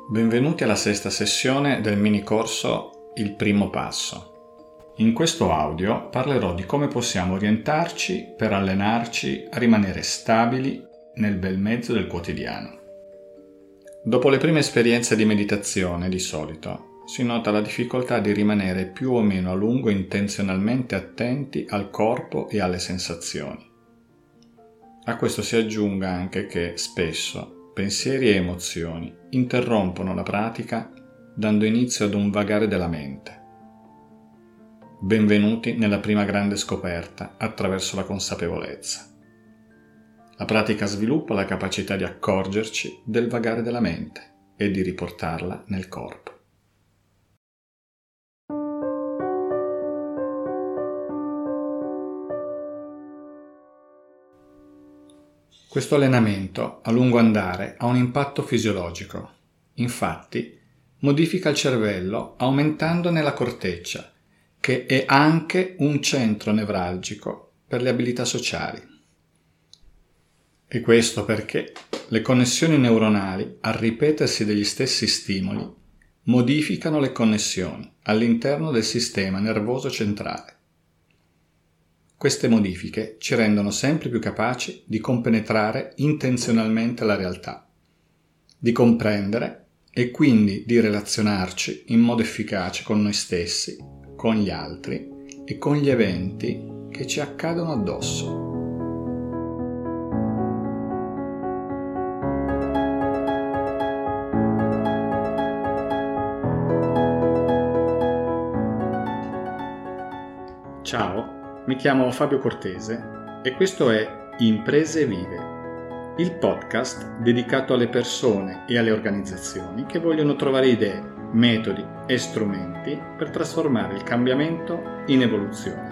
Benvenuti alla sesta sessione del mini corso Il primo passo. In questo audio parlerò di come possiamo orientarci per allenarci a rimanere stabili nel bel mezzo del quotidiano. Dopo le prime esperienze di meditazione, di solito, si nota la difficoltà di rimanere più o meno a lungo intenzionalmente attenti al corpo e alle sensazioni. A questo si aggiunga anche che spesso pensieri e emozioni interrompono la pratica dando inizio ad un vagare della mente. Benvenuti nella prima grande scoperta attraverso la consapevolezza. La pratica sviluppa la capacità di accorgerci del vagare della mente e di riportarla nel corpo. Questo allenamento a lungo andare ha un impatto fisiologico. Infatti, modifica il cervello aumentandone la corteccia, che è anche un centro nevralgico per le abilità sociali. E questo perché le connessioni neuronali, al ripetersi degli stessi stimoli, modificano le connessioni all'interno del sistema nervoso centrale. Queste modifiche ci rendono sempre più capaci di compenetrare intenzionalmente la realtà, di comprendere e quindi di relazionarci in modo efficace con noi stessi, con gli altri e con gli eventi che ci accadono addosso. Ciao, mi chiamo Fabio Cortese e questo è Imprese Vive, il podcast dedicato alle persone e alle organizzazioni che vogliono trovare idee, metodi e strumenti per trasformare il cambiamento in evoluzione.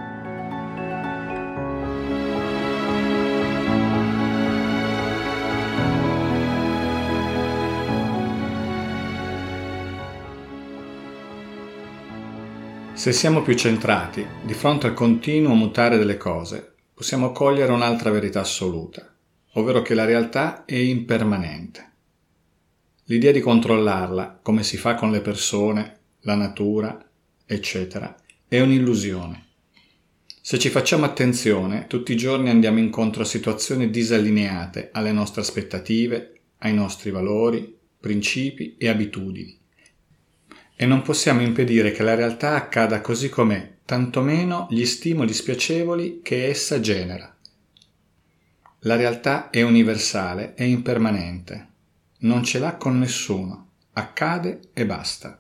Se siamo più centrati di fronte al continuo mutare delle cose, possiamo cogliere un'altra verità assoluta, ovvero che la realtà è impermanente. L'idea di controllarla, come si fa con le persone, la natura, eccetera, è un'illusione. Se ci facciamo attenzione, tutti i giorni andiamo incontro a situazioni disallineate alle nostre aspettative, ai nostri valori, principi e abitudini. E non possiamo impedire che la realtà accada così com'è, tantomeno gli stimoli spiacevoli che essa genera. La realtà è universale e impermanente, non ce l'ha con nessuno, accade e basta.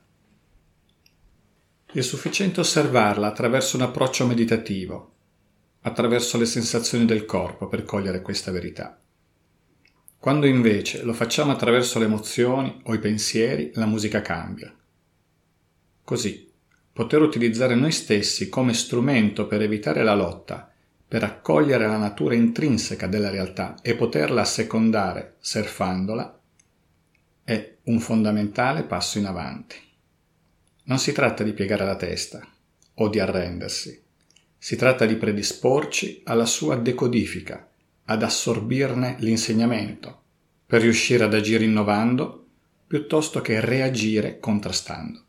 È sufficiente osservarla attraverso un approccio meditativo, attraverso le sensazioni del corpo per cogliere questa verità. Quando invece lo facciamo attraverso le emozioni o i pensieri, la musica cambia. Così, poter utilizzare noi stessi come strumento per evitare la lotta, per accogliere la natura intrinseca della realtà e poterla assecondare surfandola, è un fondamentale passo in avanti. Non si tratta di piegare la testa o di arrendersi, si tratta di predisporci alla sua decodifica, ad assorbirne l'insegnamento, per riuscire ad agire innovando piuttosto che reagire contrastando.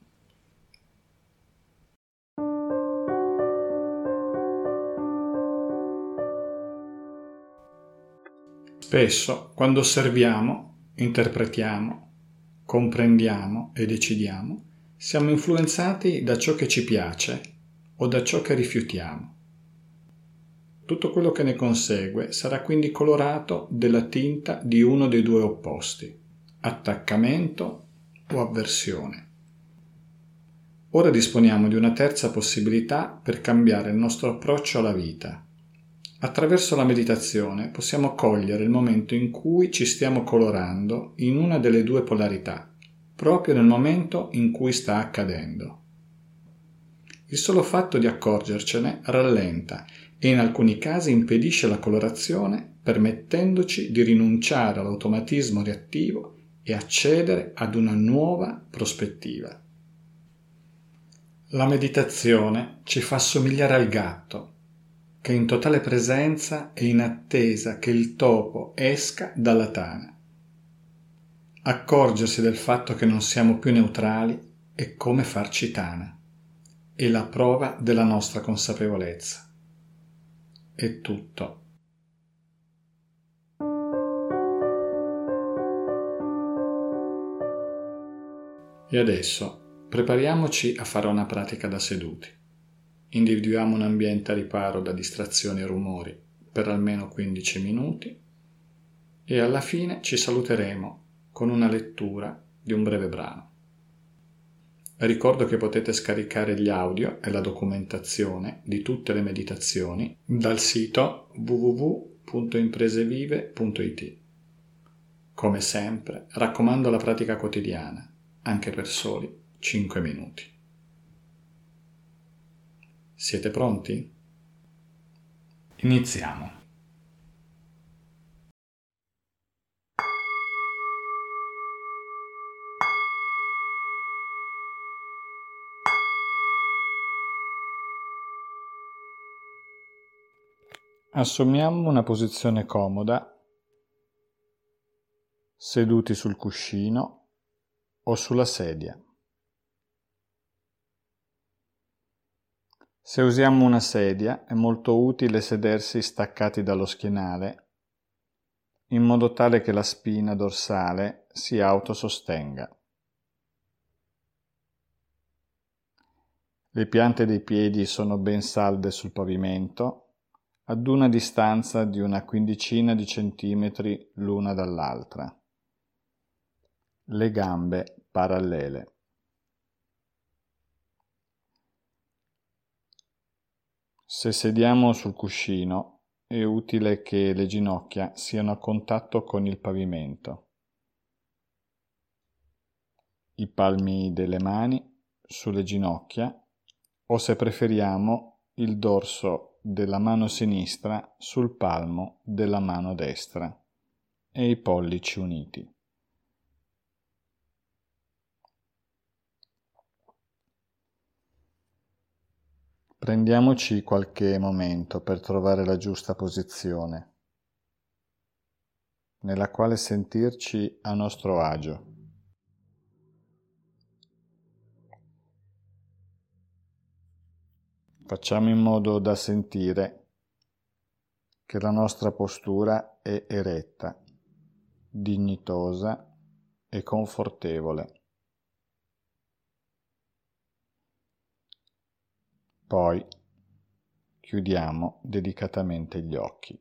Spesso, quando osserviamo, interpretiamo, comprendiamo e decidiamo, siamo influenzati da ciò che ci piace o da ciò che rifiutiamo. Tutto quello che ne consegue sarà quindi colorato della tinta di uno dei due opposti, attaccamento o avversione. Ora disponiamo di una terza possibilità per cambiare il nostro approccio alla vita. Attraverso la meditazione possiamo cogliere il momento in cui ci stiamo colorando in una delle due polarità, proprio nel momento in cui sta accadendo. Il solo fatto di accorgercene rallenta e in alcuni casi impedisce la colorazione, permettendoci di rinunciare all'automatismo reattivo e accedere ad una nuova prospettiva. La meditazione ci fa somigliare al gatto, che è in totale presenza e in attesa che il topo esca dalla tana. Accorgersi del fatto che non siamo più neutrali è come farci tana. È la prova della nostra consapevolezza. È tutto. E adesso prepariamoci a fare una pratica da seduti. Individuiamo un ambiente a riparo da distrazioni e rumori per almeno 15 minuti e alla fine ci saluteremo con una lettura di un breve brano. Ricordo che potete scaricare gli audio e la documentazione di tutte le meditazioni dal sito www.impresevive.it. Come sempre, raccomando la pratica quotidiana, anche per soli 5 minuti. Siete pronti? Iniziamo. Assumiamo una posizione comoda, seduti sul cuscino o sulla sedia. Se usiamo una sedia è molto utile sedersi staccati dallo schienale in modo tale che la spina dorsale si autosostenga. Le piante dei piedi sono ben salde sul pavimento, ad una distanza di una quindicina di centimetri l'una dall'altra. Le gambe parallele. Se sediamo sul cuscino, è utile che le ginocchia siano a contatto con il pavimento. I palmi delle mani sulle ginocchia o, se preferiamo, il dorso della mano sinistra sul palmo della mano destra e i pollici uniti. Prendiamoci qualche momento per trovare la giusta posizione, nella quale sentirci a nostro agio. Facciamo in modo da sentire che la nostra postura è eretta, dignitosa e confortevole. Poi chiudiamo delicatamente gli occhi.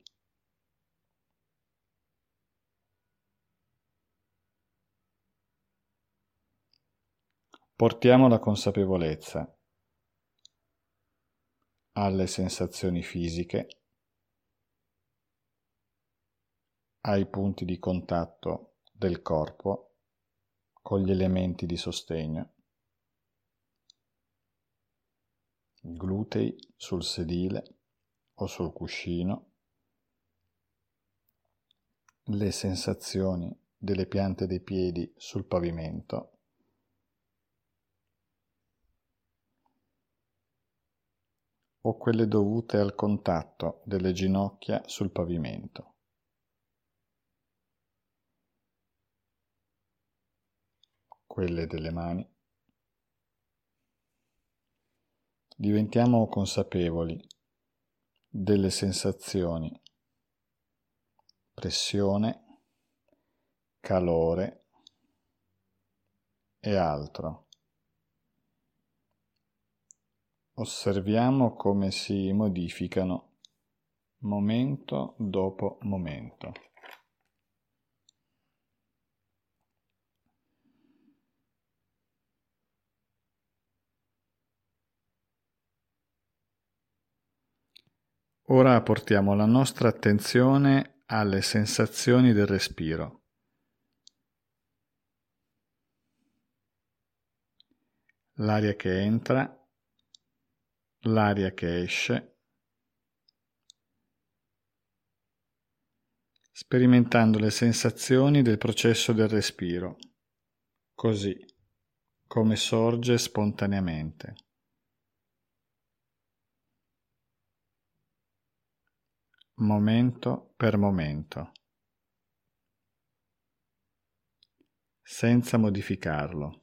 Portiamo la consapevolezza alle sensazioni fisiche, ai punti di contatto del corpo con gli elementi di sostegno, glutei sul sedile o sul cuscino, le sensazioni delle piante dei piedi sul pavimento, o quelle dovute al contatto delle ginocchia sul pavimento. Quelle delle mani. Diventiamo consapevoli delle sensazioni, pressione, calore e altro. Osserviamo come si modificano momento dopo momento. Ora portiamo la nostra attenzione alle sensazioni del respiro. L'aria che entra, l'aria che esce, sperimentando le sensazioni del processo del respiro, così come sorge spontaneamente. Momento per momento. senza modificarlo.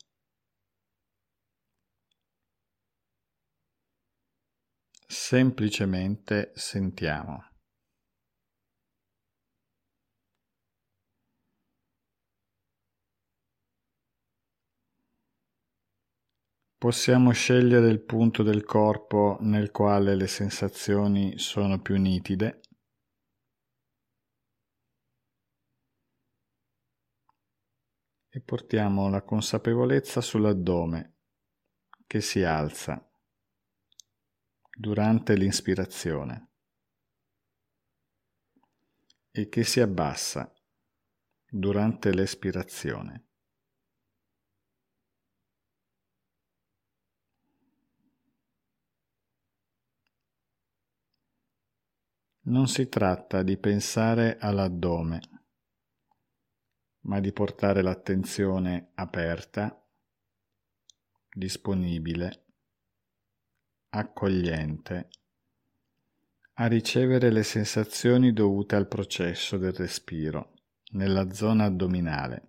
Semplicemente sentiamo. Possiamo scegliere il punto del corpo nel quale le sensazioni sono più nitide. E portiamo la consapevolezza sull'addome che si alza durante l'inspirazione e che si abbassa durante l'espirazione. Non si tratta di pensare all'addome, ma di portare l'attenzione aperta, disponibile, accogliente, a ricevere le sensazioni dovute al processo del respiro nella zona addominale.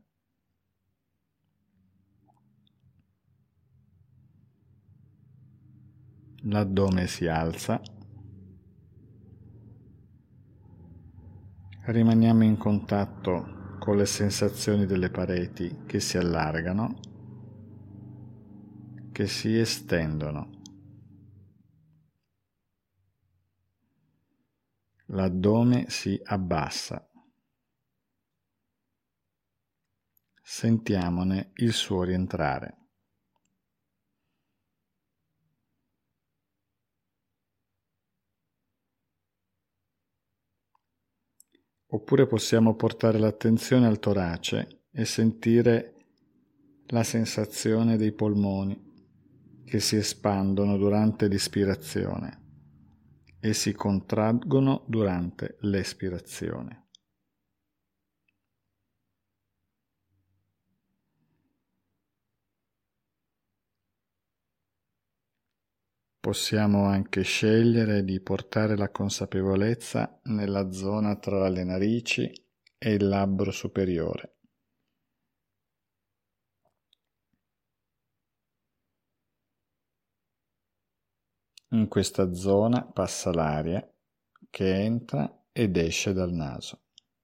L'addome si alza. Rimaniamo in contatto con le sensazioni delle pareti che si allargano, che si estendono. L'addome si abbassa. Sentiamone il suo rientrare. Oppure possiamo portare l'attenzione al torace e sentire la sensazione dei polmoni che si espandono durante l'ispirazione e si contraggono durante l'espirazione. Possiamo anche scegliere di portare la consapevolezza nella zona tra le narici e il labbro superiore. In questa zona passa l'aria che entra ed esce dal naso.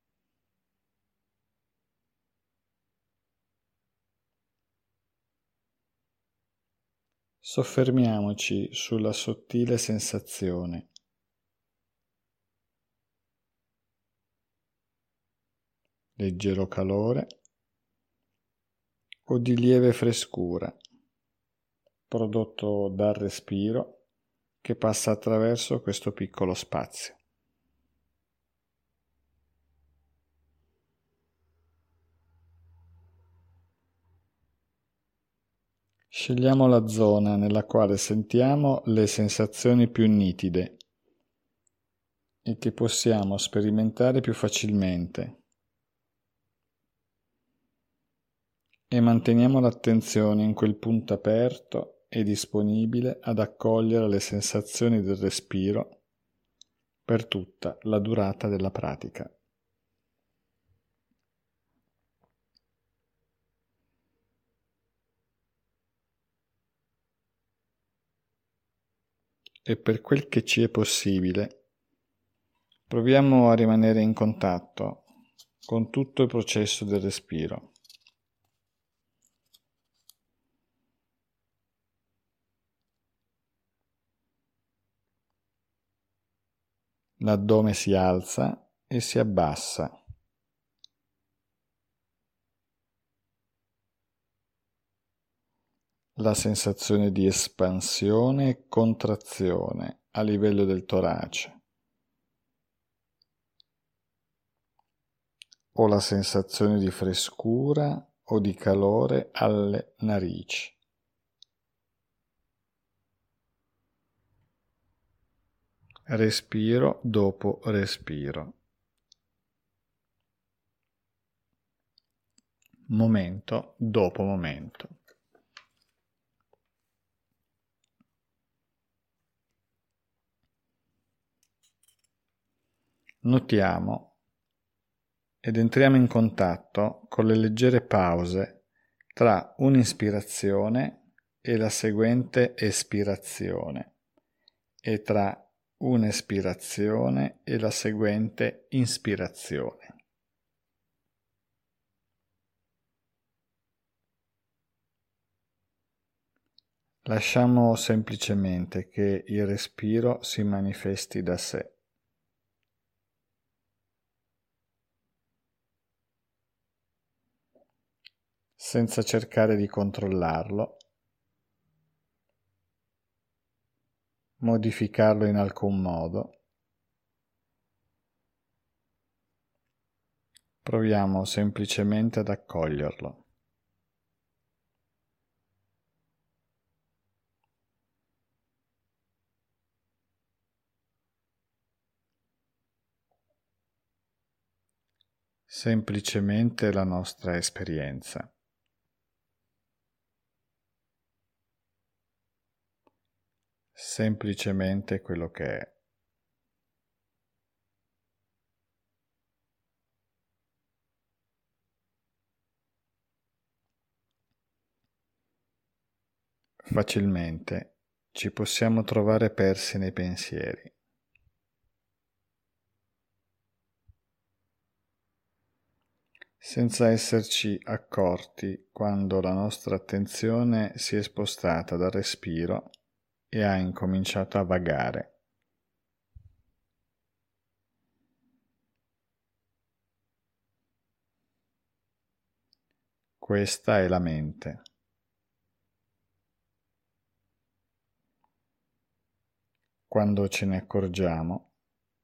Soffermiamoci sulla sottile sensazione leggero calore o di lieve frescura prodotto dal respiro che passa attraverso questo piccolo spazio. Scegliamo la zona nella quale sentiamo le sensazioni più nitide e che possiamo sperimentare più facilmente e manteniamo l'attenzione in quel punto aperto e disponibile ad accogliere le sensazioni del respiro per tutta la durata della pratica. E per quel che ci è possibile, proviamo a rimanere in contatto con tutto il processo del respiro. L'addome si alza e si abbassa. La sensazione di espansione e contrazione a livello del torace o la sensazione di frescura o di calore alle narici. Respiro dopo respiro. Momento dopo momento. Notiamo ed entriamo in contatto con le leggere pause tra un'ispirazione e la seguente espirazione e tra un'espirazione e la seguente inspirazione. Lasciamo semplicemente che il respiro si manifesti da sé. Senza cercare di controllarlo, modificarlo in alcun modo. Proviamo semplicemente ad accoglierlo. Semplicemente la nostra esperienza. Semplicemente quello che è. Facilmente ci possiamo trovare persi nei pensieri. Senza esserci accorti quando la nostra attenzione si è spostata dal respiro e ha incominciato a vagare. Questa è la mente. Quando ce ne accorgiamo,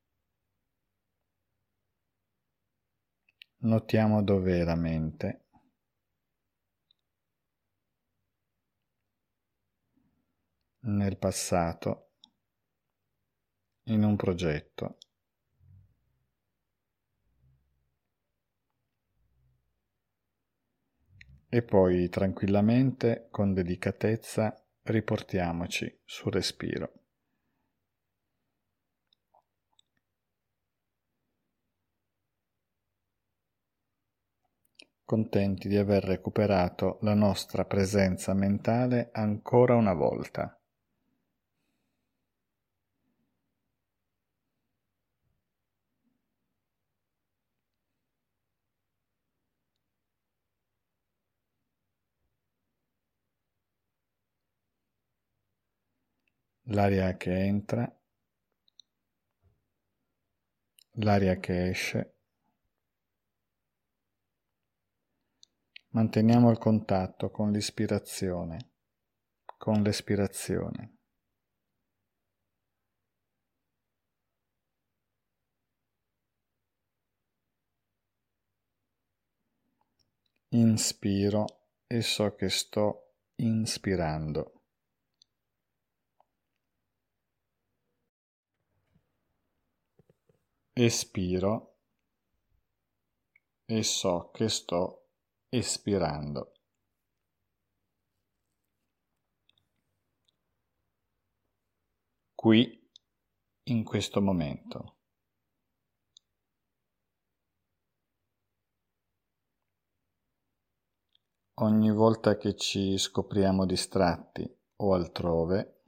notiamo dov'è la mente. Nel passato, in un progetto. E poi tranquillamente, con delicatezza, riportiamoci sul respiro. Contenti di aver recuperato la nostra presenza mentale ancora una volta. L'aria che entra, l'aria che esce. Manteniamo il contatto con l'ispirazione, con l'espirazione. Inspiro e so che sto inspirando. Espiro e so che sto espirando. Qui, in questo momento. Ogni volta che ci scopriamo distratti o altrove,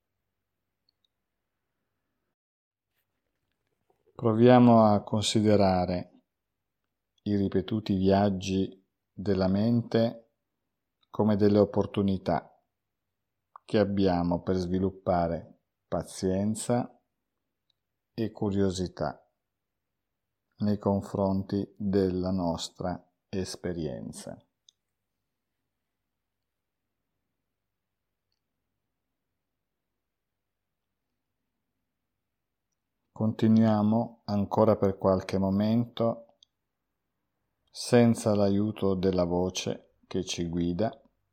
proviamo a considerare i ripetuti viaggi della mente come delle opportunità che abbiamo per sviluppare pazienza e curiosità nei confronti della nostra esperienza. Continuiamo ancora per qualche momento senza l'aiuto della voce che ci guida,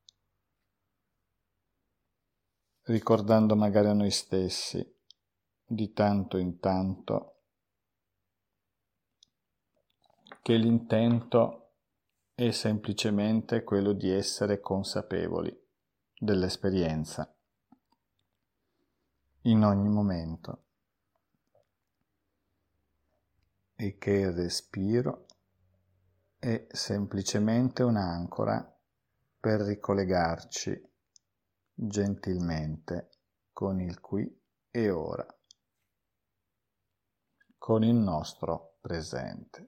ricordando magari a noi stessi di tanto in tanto che l'intento è semplicemente quello di essere consapevoli dell'esperienza in ogni momento e che il respiro è semplicemente un'ancora per ricollegarci gentilmente con il qui e ora, con il nostro presente.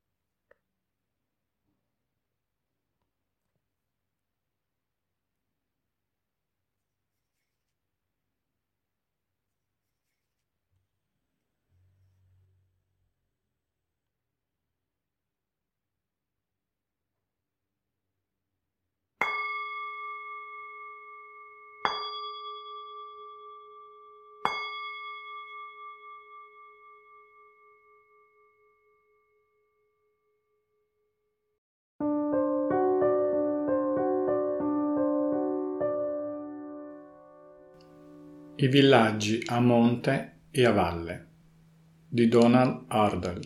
I villaggi a monte e a valle di Donald Ardell.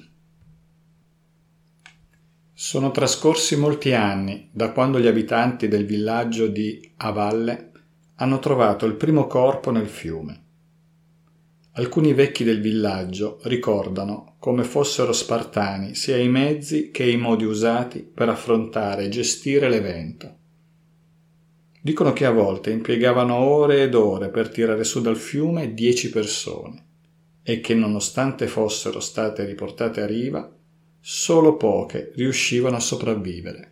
Sono trascorsi molti anni da quando gli abitanti del villaggio di A Valle hanno trovato il primo corpo nel fiume. Alcuni vecchi del villaggio ricordano come fossero spartani sia i mezzi che i modi usati per affrontare e gestire l'evento. Dicono che a volte impiegavano ore ed ore per tirare su dal fiume 10 persone e che nonostante fossero state riportate a riva, solo poche riuscivano a sopravvivere.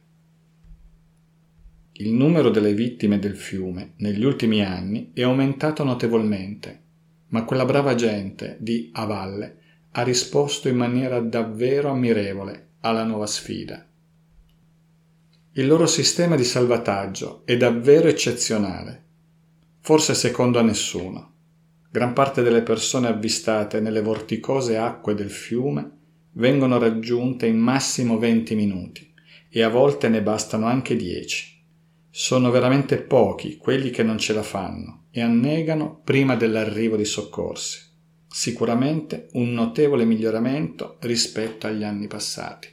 Il numero delle vittime del fiume negli ultimi anni è aumentato notevolmente, ma quella brava gente di A Valle ha risposto in maniera davvero ammirevole alla nuova sfida. Il loro sistema di salvataggio è davvero eccezionale, forse secondo a nessuno. Gran parte delle persone avvistate nelle vorticose acque del fiume vengono raggiunte in massimo 20 minuti e a volte ne bastano anche 10. Sono veramente pochi quelli che non ce la fanno e annegano prima dell'arrivo di soccorsi. Sicuramente un notevole miglioramento rispetto agli anni passati.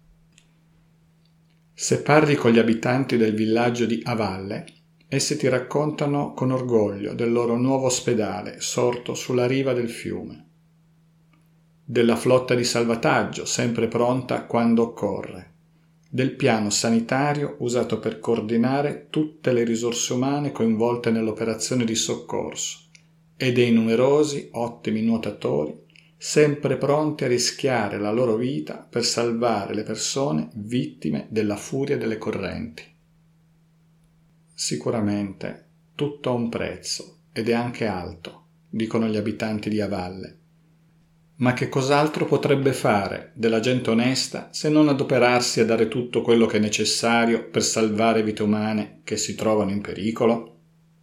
Se parli con gli abitanti del villaggio di A Valle, essi ti raccontano con orgoglio del loro nuovo ospedale sorto sulla riva del fiume, della flotta di salvataggio sempre pronta quando occorre, del piano sanitario usato per coordinare tutte le risorse umane coinvolte nell'operazione di soccorso e dei numerosi ottimi nuotatori sempre pronti a rischiare la loro vita per salvare le persone vittime della furia delle correnti. Sicuramente tutto ha un prezzo ed è anche alto, dicono gli abitanti di A Valle. Ma che cos'altro potrebbe fare della gente onesta se non adoperarsi a dare tutto quello che è necessario per salvare vite umane che si trovano in pericolo?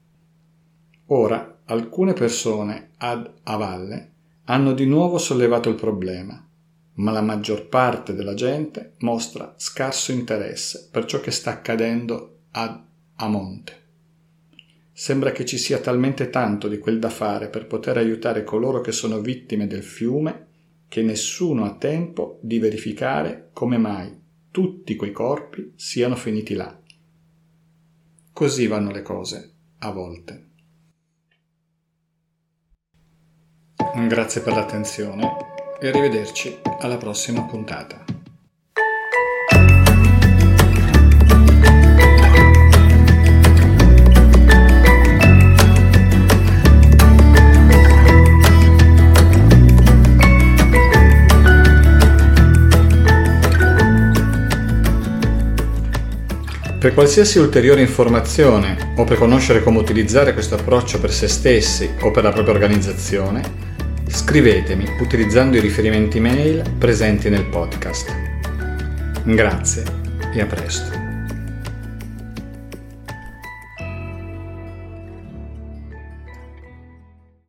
Ora, alcune persone ad A Valle hanno di nuovo sollevato il problema, ma la maggior parte della gente mostra scarso interesse per ciò che sta accadendo a monte. Sembra che ci sia talmente tanto di quel da fare per poter aiutare coloro che sono vittime del fiume che nessuno ha tempo di verificare come mai tutti quei corpi siano finiti là. Così vanno le cose, a volte. Grazie per l'attenzione e arrivederci alla prossima puntata. Per qualsiasi ulteriore informazione o per conoscere come utilizzare questo approccio per se stessi o per la propria organizzazione, scrivetemi utilizzando i riferimenti mail presenti nel podcast. Grazie e a presto.